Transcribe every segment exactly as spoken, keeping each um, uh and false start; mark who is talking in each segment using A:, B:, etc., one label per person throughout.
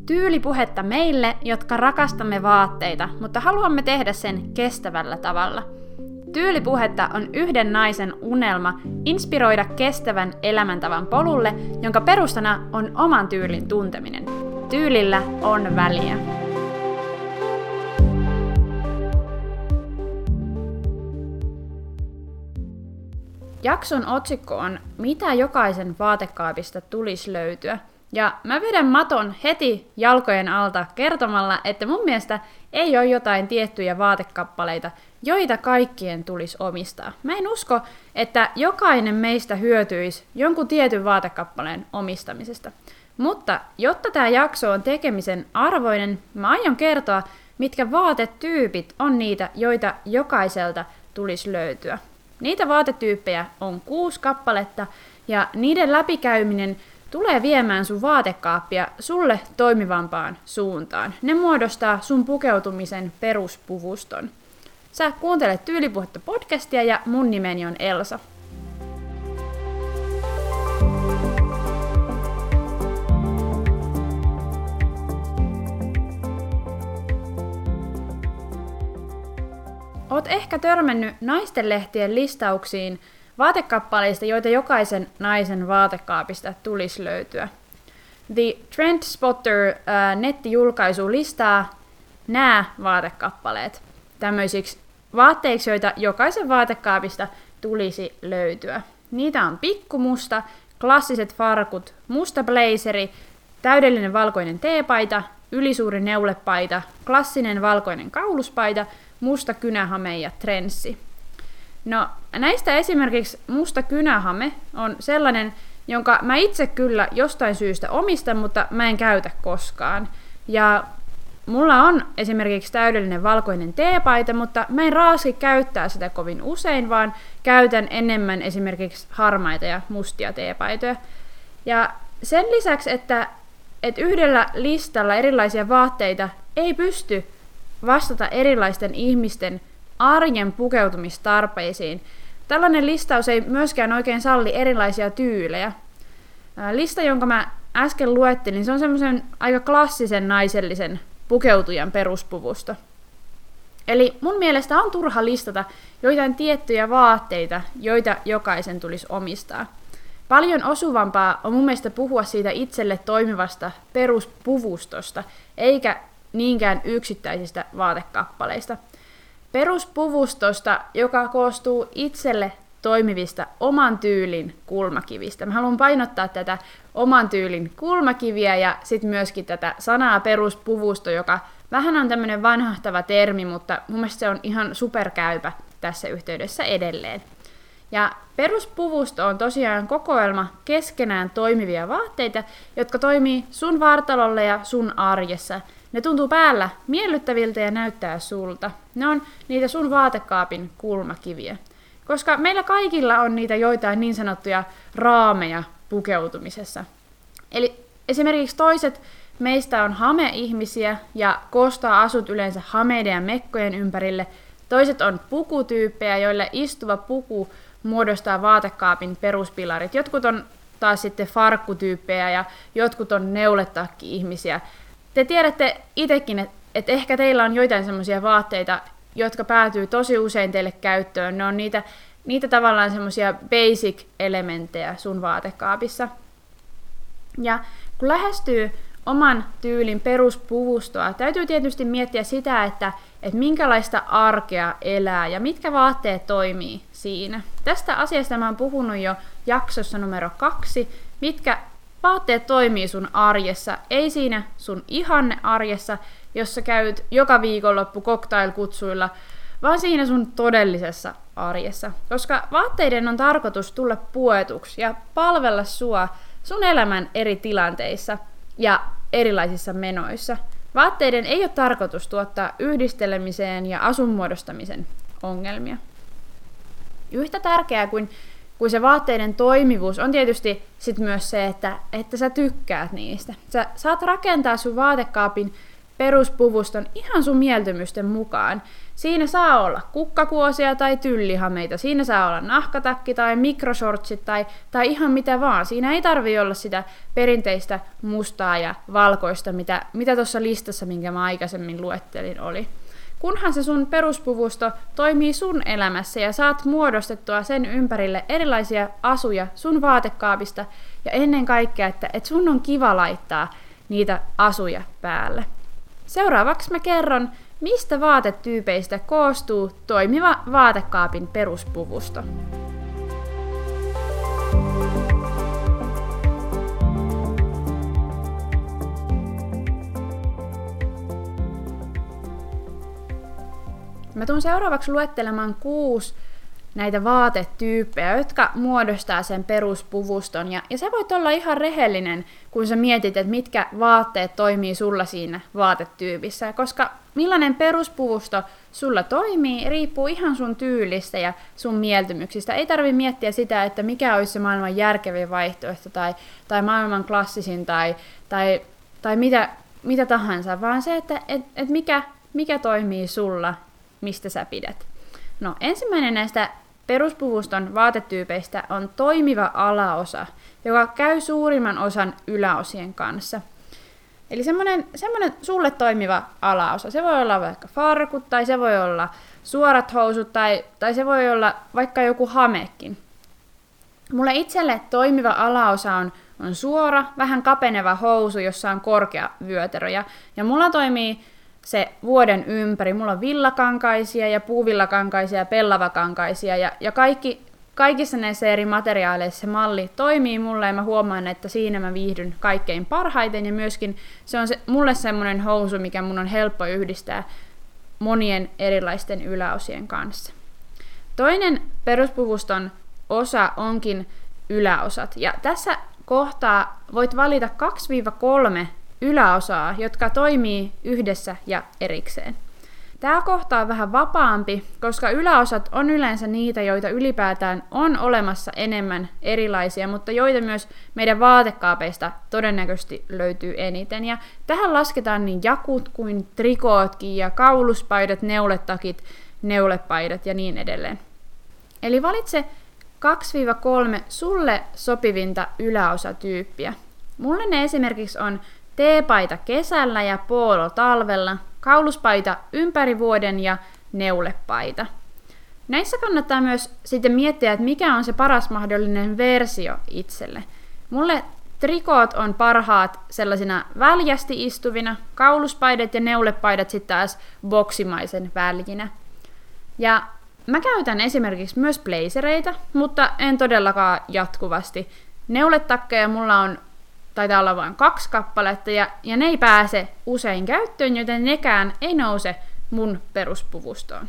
A: Tyylipuhetta meille, jotka rakastamme vaatteita, mutta haluamme tehdä sen kestävällä tavalla. Tyylipuhetta on yhden naisen unelma inspiroida kestävän elämäntavan polulle, jonka perustana on oman tyylin tunteminen. Tyylillä on väliä. Jakson otsikko on Mitä jokaisen vaatekaapista tulisi löytyä? Ja mä vedän maton heti jalkojen alta kertomalla, että mun mielestä ei ole jotain tiettyjä vaatekappaleita, joita kaikkien tulisi omistaa. Mä en usko, että jokainen meistä hyötyisi jonkun tietyn vaatekappaleen omistamisesta. Mutta jotta tämä jakso on tekemisen arvoinen, mä aion kertoa, mitkä vaatetyypit on niitä, joita jokaiselta tulisi löytyä. Niitä vaatetyyppejä on kuusi kappaletta, ja niiden läpikäyminen tulee viemään sun vaatekaappia sulle toimivampaan suuntaan. Ne muodostaa sun pukeutumisen peruspuvuston. Sä kuuntelet Tyylipuhetta podcastia ja mun nimeni on Elsa. Oot ehkä törmännyt naistenlehtien listauksiin vaatekappaleista, joita jokaisen naisen vaatekaapista tulisi löytyä. The Trendspotter äh, nettijulkaisu listaa nämä vaatekappaleet tämmöisiksi vaatteiksi, joita jokaisen vaatekaapista tulisi löytyä. Niitä on pikkumusta, klassiset farkut, musta blazeri, täydellinen valkoinen teepaita, ylisuuri neulepaita, klassinen valkoinen kauluspaita, musta kynähame ja trenssi. No näistä esimerkiksi musta kynähame on sellainen, jonka mä itse kyllä jostain syystä omistan, mutta mä en käytä koskaan. Ja mulla on esimerkiksi täydellinen valkoinen teepaita, mutta mä en raaski käyttää sitä kovin usein, vaan käytän enemmän esimerkiksi harmaita ja mustia teepaitoja. Ja sen lisäksi, että, että yhdellä listalla erilaisia vaatteita ei pysty vastata erilaisten ihmisten arjen pukeutumistarpeisiin. Tällainen listaus ei myöskään oikein salli erilaisia tyylejä. Lista, jonka mä äsken luettelin, se on semmoisen aika klassisen naisellisen pukeutujan peruspuvusto. Eli mun mielestä on turha listata joitain tiettyjä vaatteita, joita jokaisen tulisi omistaa. Paljon osuvampaa on mun mielestä puhua siitä itselle toimivasta peruspuvustosta, eikä niinkään yksittäisistä vaatekappaleista. Peruspuvustosta, joka koostuu itselle toimivista oman tyylin kulmakivistä. Mä haluan painottaa tätä oman tyylin kulmakiviä ja sitten myöskin tätä sanaa peruspuvusto, joka vähän on tämmöinen vanhahtava termi, mutta mun mielestä se on ihan superkäypä tässä yhteydessä edelleen. Ja peruspuvusto on tosiaan kokoelma keskenään toimivia vaatteita, jotka toimii sun vartalolle ja sun arjessa. Ne tuntuu päällä miellyttäviltä ja näyttää sulta. Ne on niitä sun vaatekaapin kulmakiviä. Koska meillä kaikilla on niitä joitain niin sanottuja raameja pukeutumisessa. Eli esimerkiksi toiset meistä on hame-ihmisiä ja koostaa asut yleensä hameiden ja mekkojen ympärille. Toiset on pukutyyppejä, joille istuva puku muodostaa vaatekaapin peruspilarit. Jotkut on taas sitten farkkutyyppejä ja jotkut on neuletakki-ihmisiä. Te tiedätte itsekin, että et ehkä teillä on joitain semmoisia vaatteita, jotka päätyy tosi usein teille käyttöön. Ne on niitä, niitä tavallaan semmoisia basic-elementtejä sun vaatekaapissa. Ja kun lähestyy oman tyylin peruspuvustoa, täytyy tietysti miettiä sitä, että, että minkälaista arkea elää ja mitkä vaatteet toimii siinä. Tästä asiasta mä oon puhunut jo jaksossa numero kaksi, mitkä vaatteet toimii sun arjessa, ei siinä sun ihanne arjessa, jossa käyt joka viikonloppu cocktailkutsuilla, vaan siinä sun todellisessa arjessa. Koska vaatteiden on tarkoitus tulla puetuksi ja palvella sua sun elämän eri tilanteissa ja erilaisissa menoissa. Vaatteiden ei ole tarkoitus tuottaa yhdistelemiseen ja asunmuodostamisen ongelmia. Yhtä tärkeää kuin Kun se vaatteiden toimivuus on tietysti sit myös se, että, että sä tykkäät niistä. Sä saat rakentaa sun vaatekaapin peruspuvuston ihan sun mieltymysten mukaan. Siinä saa olla kukkakuosia tai tyllihameita, siinä saa olla nahkatakki tai mikroshortsit tai, tai ihan mitä vaan. Siinä ei tarvitse olla sitä perinteistä mustaa ja valkoista, mitä, mitä tuossa listassa, minkä mä aikaisemmin luettelin, oli. Kunhan se sun peruspuvusto toimii sun elämässä ja saat muodostettua sen ympärille erilaisia asuja sun vaatekaapista ja ennen kaikkea, että, että sun on kiva laittaa niitä asuja päälle. Seuraavaksi mä kerron, mistä vaatetyypeistä koostuu toimiva vaatekaapin peruspuvusto. Mä tuun seuraavaksi luettelemaan kuusi näitä vaatetyyppejä, jotka muodostaa sen peruspuvuston. Ja, ja sä voit olla ihan rehellinen, kun sä mietit, että mitkä vaatteet toimii sulla siinä vaatetyypissä. Koska millainen peruspuvusto sulla toimii, riippuu ihan sun tyylistä ja sun mieltymyksistä. Ei tarvi miettiä sitä, että mikä olisi se maailman järkevin vaihtoehto tai, tai maailman klassisin tai, tai, tai mitä, mitä tahansa, vaan se, että et, et mikä, mikä toimii sulla, mistä sä pidät. No, ensimmäinen näistä peruspuvuston vaatetyypeistä on toimiva alaosa, joka käy suurimman osan yläosien kanssa. Eli semmoinen, semmoinen sulle toimiva alaosa. Se voi olla vaikka farkut, tai se voi olla suorat housut, tai, tai se voi olla vaikka joku hamekin. Mulle itselle toimiva alaosa on, on suora, vähän kapeneva housu, jossa on korkea vyötärö. Ja, ja mulla toimii se vuoden ympäri. Mulla on villakankaisia ja puuvillakankaisia ja pellavakankaisia ja, ja kaikki, kaikissa näissä eri materiaaleissa se malli toimii mulle ja mä huomaan, että siinä mä viihdyn kaikkein parhaiten ja myöskin se on se, mulle semmoinen housu, mikä mun on helppo yhdistää monien erilaisten yläosien kanssa. Toinen peruspuvuston osa onkin yläosat ja tässä kohtaa voit valita kaksi kolme yläosaa, jotka toimii yhdessä ja erikseen. Tämä kohta on vähän vapaampi, koska yläosat on yleensä niitä, joita ylipäätään on olemassa enemmän erilaisia, mutta joita myös meidän vaatekaapeista todennäköisesti löytyy eniten. Ja tähän lasketaan niin jakut kuin trikootkin ja kauluspaidat, neuletakit, neulepaidat ja niin edelleen. Eli valitse kaksi kolme sulle sopivinta yläosatyyppiä. Mulle ne esimerkiksi on T-paita kesällä ja poolo talvella, kauluspaita ympäri vuoden ja neulepaita. Näissä kannattaa myös sitten miettiä, että mikä on se paras mahdollinen versio itselle. Mulle trikoot on parhaat sellaisina väljästi istuvina, kauluspaidat ja neulepaidat sitten taas boksimaisen väljinä. Ja mä käytän esimerkiksi myös blazereita, mutta en todellakaan jatkuvasti. Neuletakkeja mulla on taitaa olla vain kaksi kappaletta, ja, ja ne ei pääse usein käyttöön, joten nekään ei nouse mun peruspuvustoon.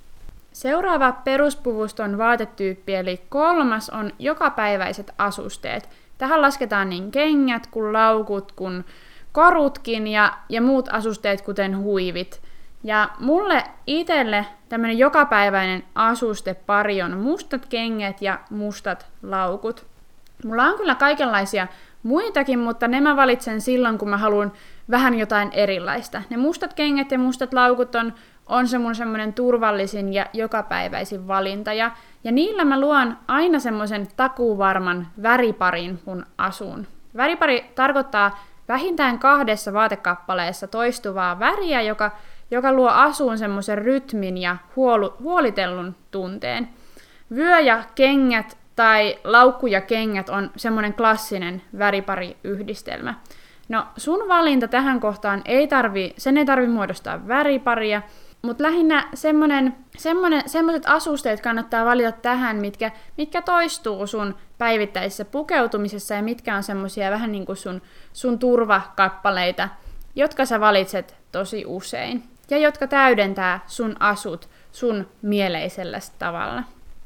A: Seuraava peruspuvuston vaatetyyppi, eli kolmas, on jokapäiväiset asusteet. Tähän lasketaan niin kengät, kuin laukut, kuin korutkin ja, ja muut asusteet, kuten huivit. Ja mulle itselle tämmöinen jokapäiväinen asustepari on mustat kengät ja mustat laukut. Mulla on kyllä kaikenlaisia muitakin, mutta ne mä valitsen silloin, kun mä haluan vähän jotain erilaista. Ne mustat kengät ja mustat laukut on, on se mun semmoinen turvallisin ja jokapäiväisin valinta. Ja, ja niillä mä luon aina semmoisen takuuvarman väriparin mun asuun. Väripari tarkoittaa vähintään kahdessa vaatekappaleessa toistuvaa väriä, joka, joka luo asuun semmoisen rytmin ja huolu, huolitellun tunteen. Vyö ja kengät tai laukku ja kengät on semmoinen klassinen väripariyhdistelmä. No sun valinta tähän kohtaan ei tarvi, sen ei tarvi muodostaa väriparia, mutta lähinnä semmoinen, semmoinen, semmoiset asusteet kannattaa valita tähän, mitkä, mitkä toistuu sun päivittäisessä pukeutumisessa ja mitkä on semmoisia vähän niin kuin sun, sun turvakappaleita, jotka sä valitset tosi usein ja jotka täydentää sun asut sun mieleisellä tavalla.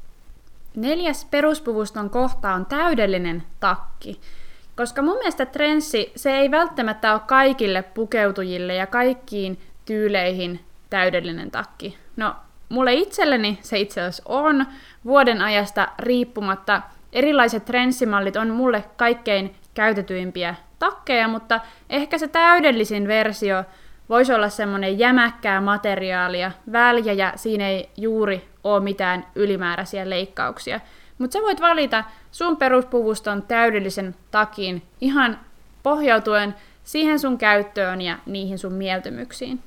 A: Neljäs peruspuvuston kohta on täydellinen takki, koska mun mielestä trenssi, se ei välttämättä ole kaikille pukeutujille ja kaikkiin tyyleihin täydellinen takki. No, mulle itselleni se itse asiassa on. Vuoden ajasta riippumatta erilaiset trenssimallit on mulle kaikkein käytetyimpiä takkeja, mutta ehkä se täydellisin versio voisi olla semmoinen jämäkkää materiaalia, väljä ja siinä ei juuri ole mitään ylimääräisiä leikkauksia. Mutta sä voit valita sun peruspuvuston täydellisen takin ihan pohjautuen siihen sun käyttöön ja niihin sun mieltymyksiin.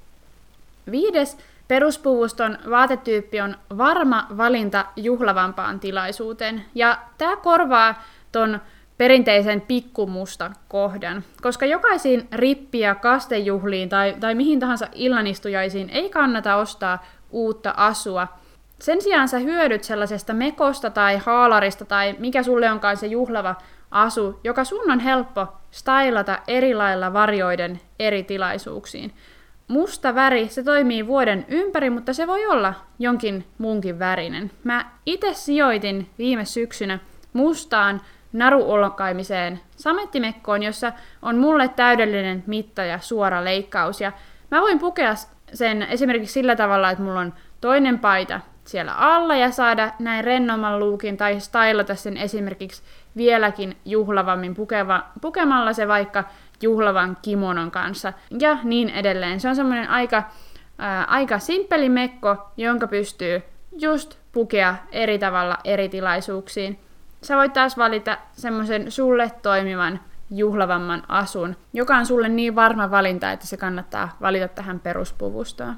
A: Viides peruspuvuston vaatetyyppi on varma valinta juhlavampaan tilaisuuteen, ja tämä korvaa ton perinteisen pikkumusta kohdan, koska jokaisiin rippi- ja kastejuhliin tai, tai mihin tahansa illanistujaisiin ei kannata ostaa uutta asua. Sen sijaan sä hyödyt sellaisesta mekosta tai haalarista tai mikä sulle onkaan se juhlava asu, joka sun on helppo stylata eri lailla varjoiden eri tilaisuuksiin. Musta väri, se toimii vuoden ympäri, mutta se voi olla jonkin muunkin värinen. Mä itse sijoitin viime syksynä mustaan naruolkaimiseen samettimekkoon, jossa on mulle täydellinen mitta ja suora leikkaus. Ja mä voin pukea sen esimerkiksi sillä tavalla, että mulla on toinen paita siellä alla ja saada näin rennomman luukin tai stylata sen esimerkiksi vieläkin juhlavammin pukeva, pukemalla se vaikka juhlavan kimonon kanssa ja niin edelleen. Se on semmoinen aika, ää, aika simppeli mekko, jonka pystyy just pukea eri tavalla eri tilaisuuksiin. Sä voit taas valita semmoisen sulle toimivan juhlavamman asun, joka on sulle niin varma valinta, että se kannattaa valita tähän peruspuvustoon.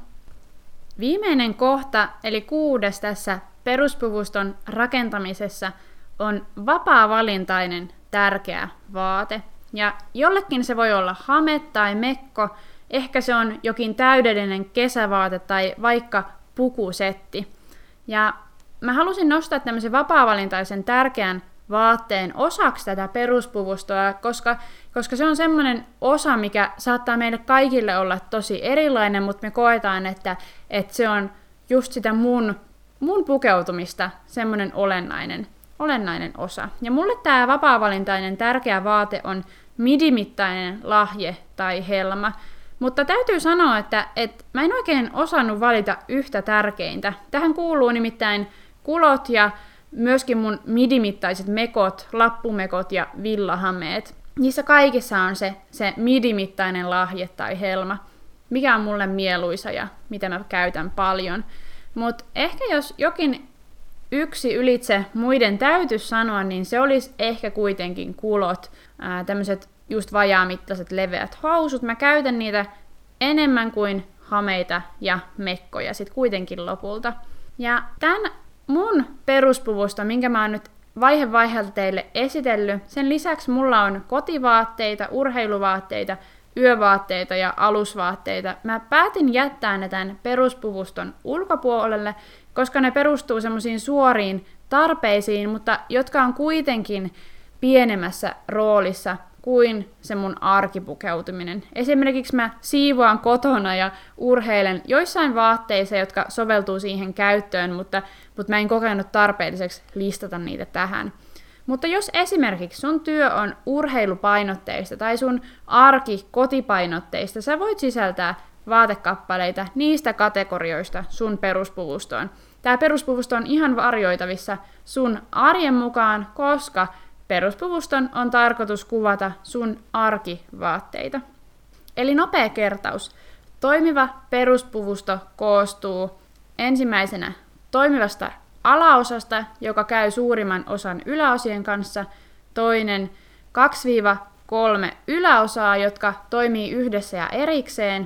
A: Viimeinen kohta, eli kuudes tässä peruspuvuston rakentamisessa, on vapaa-valintainen tärkeä vaate. Ja jollekin se voi olla hame tai mekko, ehkä se on jokin täydellinen kesävaate tai vaikka pukusetti. Ja mä halusin nostaa tämmöisen vapaa-valintaisen tärkeän vaatteen osaksi tätä peruspuvustoa, koska, koska se on semmoinen osa, mikä saattaa meille kaikille olla tosi erilainen, mutta me koetaan, että, että se on just sitä mun, mun pukeutumista semmoinen olennainen, olennainen osa. Ja mulle tämä vapaa-valintainen tärkeä vaate on midimittainen lahje tai helma, mutta täytyy sanoa, että, että mä en oikein osannut valita yhtä tärkeintä. Tähän kuuluu nimittäin kulot ja myöskin mun midimittaiset mekot, lappumekot ja villahameet. Niissä kaikissa on se, se midimittainen lahje tai helma, mikä on mulle mieluisa ja mitä mä käytän paljon. Mutta ehkä jos jokin yksi ylitse muiden täytyisi sanoa, niin se olisi ehkä kuitenkin kulot, tämmöiset just vajaamittaiset leveät housut. Mä käytän niitä enemmän kuin hameita ja mekkoja sit kuitenkin lopulta. Ja tämän mun peruspuvusta, minkä mä oon nyt vaihe vaiheelta teille esitellyt, sen lisäksi mulla on kotivaatteita, urheiluvaatteita, yövaatteita ja alusvaatteita. Mä päätin jättää ne tämän peruspuvuston ulkopuolelle, koska ne perustuu semmoisiin suoriin tarpeisiin, mutta jotka on kuitenkin pienemmässä roolissa kuin se mun arkipukeutuminen. Esimerkiksi mä siivoan kotona ja urheilen joissain vaatteissa, jotka soveltuu siihen käyttöön, mutta, mutta mä en kokenut tarpeelliseksi listata niitä tähän. Mutta jos esimerkiksi sun työ on urheilupainotteista tai sun arki kotipainotteista, sä voit sisältää vaatekappaleita niistä kategorioista sun peruspuvustoon. Tää peruspuvusto on ihan varjoitavissa sun arjen mukaan, koska peruspuvuston on tarkoitus kuvata sun arkivaatteita. Eli nopea kertaus. Toimiva peruspuvusto koostuu ensimmäisenä toimivasta alaosasta, joka käy suurimman osan yläosien kanssa, toinen kaksi kolme yläosaa, jotka toimii yhdessä ja erikseen,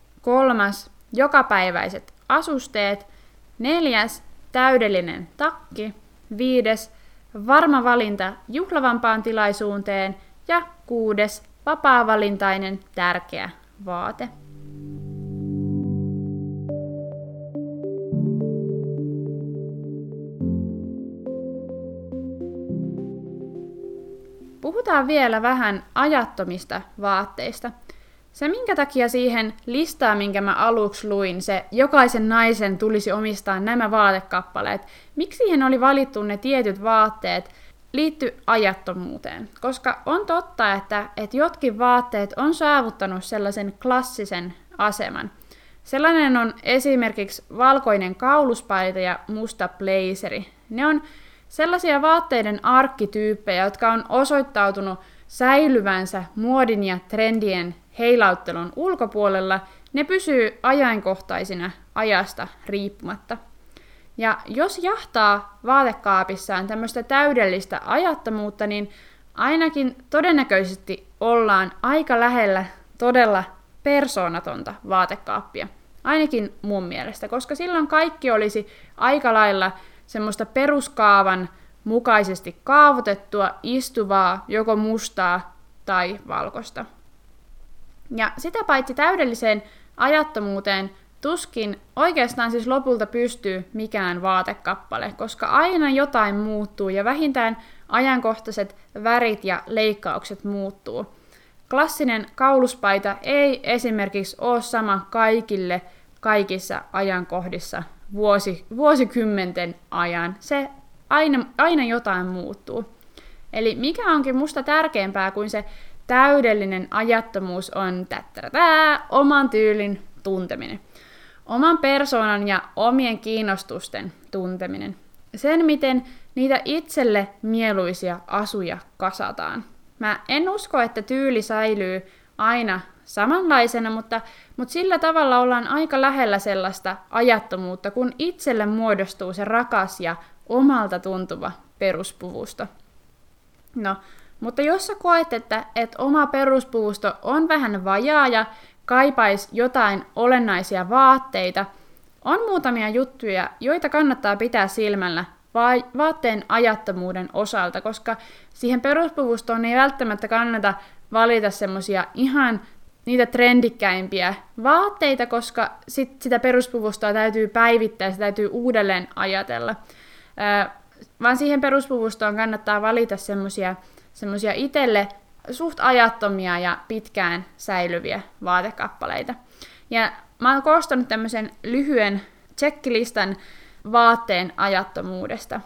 A: kolmas jokapäiväiset asusteet, neljäs täydellinen takki, viides varma valinta juhlavampaan tilaisuuteen ja kuudes vapaa-valintainen tärkeä vaate. Puhutaan vielä vähän ajattomista vaatteista. Se, minkä takia siihen listaan, minkä mä aluksi luin, se jokaisen naisen tulisi omistaa nämä vaatekappaleet, miksi siihen oli valittu ne tietyt vaatteet, liittyy ajattomuuteen. Koska on totta, että, että jotkin vaatteet on saavuttanut sellaisen klassisen aseman. Sellainen on esimerkiksi valkoinen kauluspaita ja musta blazeri. Ne on sellaisia vaatteiden arkkityyppejä, jotka on osoittautunut säilyvänsä muodin ja trendien heilauttelun ulkopuolella, ne pysyy ajankohtaisina ajasta riippumatta. Ja jos jahtaa vaatekaapissaan tämmöistä täydellistä ajattomuutta, niin ainakin todennäköisesti ollaan aika lähellä todella persoonatonta vaatekaappia. Ainakin mun mielestä, koska silloin kaikki olisi aika lailla semmoista peruskaavan mukaisesti kaavoitettua, istuvaa, joko mustaa tai valkoista. Ja sitä paitsi täydelliseen ajattomuuteen tuskin oikeastaan siis lopulta pystyy mikään vaatekappale, koska aina jotain muuttuu ja vähintään ajankohtaiset värit ja leikkaukset muuttuu. Klassinen kauluspaita ei esimerkiksi ole sama kaikille kaikissa ajankohdissa vuosi, vuosikymmenten ajan. Se aina, aina jotain muuttuu. Eli mikä onkin musta tärkeämpää kuin se täydellinen ajattomuus on tättärätää, oman tyylin tunteminen. Oman persoonan ja omien kiinnostusten tunteminen. Sen, miten niitä itselle mieluisia asuja kasataan. Mä en usko, että tyyli säilyy aina samanlaisena, mutta, mutta sillä tavalla ollaan aika lähellä sellaista ajattomuutta, kun itselle muodostuu se rakas ja omalta tuntuva peruspuvusto. No, mutta jos sä koet, että, että oma peruspuvusto on vähän vajaa ja kaipaisi jotain olennaisia vaatteita, on muutamia juttuja, joita kannattaa pitää silmällä vaatteen ajattomuuden osalta, koska siihen peruspuvustoon ei välttämättä kannata valita semmosia ihan niitä trendikkäimpiä vaatteita, koska sit sitä peruspuvustoa täytyy päivittää, sitä täytyy uudelleen ajatella. Ö, vaan siihen peruspuvustoon kannattaa valita semmosia, semmosia itselle suht ajattomia ja pitkään säilyviä vaatekappaleita. Ja mä oon koostanut tämmöisen lyhyen checklistan vaatteen ajattomuudesta.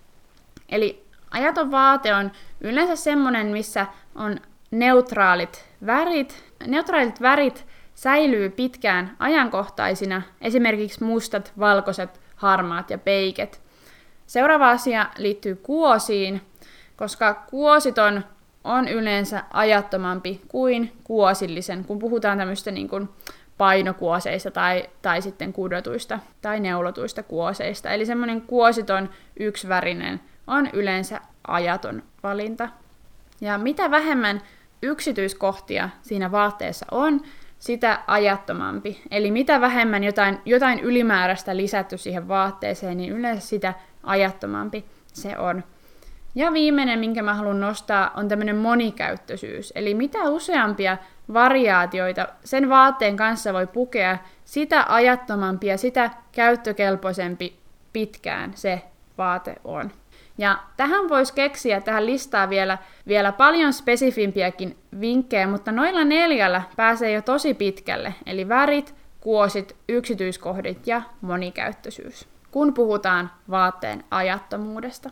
A: Eli ajaton vaate on yleensä semmoinen, missä on neutraalit värit. Neutraalit värit säilyy pitkään ajankohtaisina, esimerkiksi mustat, valkoiset, harmaat ja peiket. Seuraava asia liittyy kuosiin, koska kuositon on yleensä ajattomampi kuin kuosillisen, kun puhutaan tämmöistä niin kuin painokuoseista tai, tai sitten kudotuista tai neulotuista kuoseista. Eli semmoinen kuositon yksivärinen on yleensä ajaton valinta. Ja mitä vähemmän yksityiskohtia siinä vaatteessa on, sitä ajattomampi. Eli mitä vähemmän jotain, jotain ylimääräistä lisätty siihen vaatteeseen, niin yleensä sitä ajattomampi se on. Ja viimeinen, minkä mä haluan nostaa, on tämmöinen monikäyttöisyys. Eli mitä useampia variaatioita sen vaatteen kanssa voi pukea, sitä ajattomampi ja sitä käyttökelpoisempi pitkään se vaate on. Ja tähän voisi keksiä tähän listaan vielä, vielä paljon spesifimpiäkin vinkkejä, mutta noilla neljällä pääsee jo tosi pitkälle. Eli värit, kuosit, yksityiskohdit ja monikäyttöisyys, kun puhutaan vaatteen ajattomuudesta.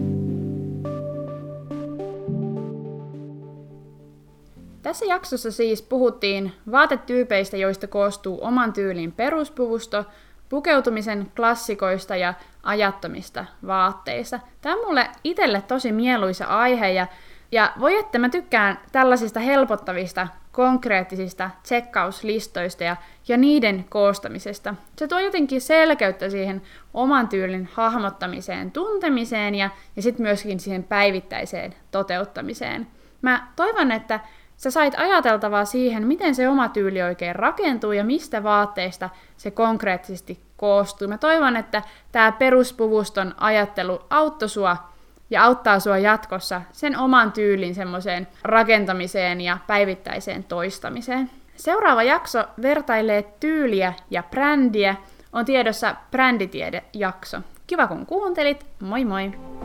A: Tässä jaksossa siis puhuttiin vaatetyypeistä, joista koostuu oman tyylin peruspuvusto, pukeutumisen klassikoista ja ajattomista vaatteista. Tämä on mulle itselle tosi mieluisa aihe ja, ja voi että mä tykkään tällaisista helpottavista, konkreettisista tsekkauslistoista ja, ja niiden koostamisesta. Se tuo jotenkin selkeyttä siihen oman tyylin hahmottamiseen, tuntemiseen ja, ja sitten myöskin siihen päivittäiseen toteuttamiseen. Mä toivon, että sä sait ajateltavaa siihen, miten se oma tyyli oikein rakentuu ja mistä vaatteista se konkreettisesti koostuu. Mä toivon, että tämä peruspuvuston ajattelu auttoi sua ja auttaa sua jatkossa sen oman tyylin semmoiseen rakentamiseen ja päivittäiseen toistamiseen. Seuraava jakso vertailee tyyliä ja brändiä. On tiedossa bränditiede-jakso. Kiva kun kuuntelit. Moi moi!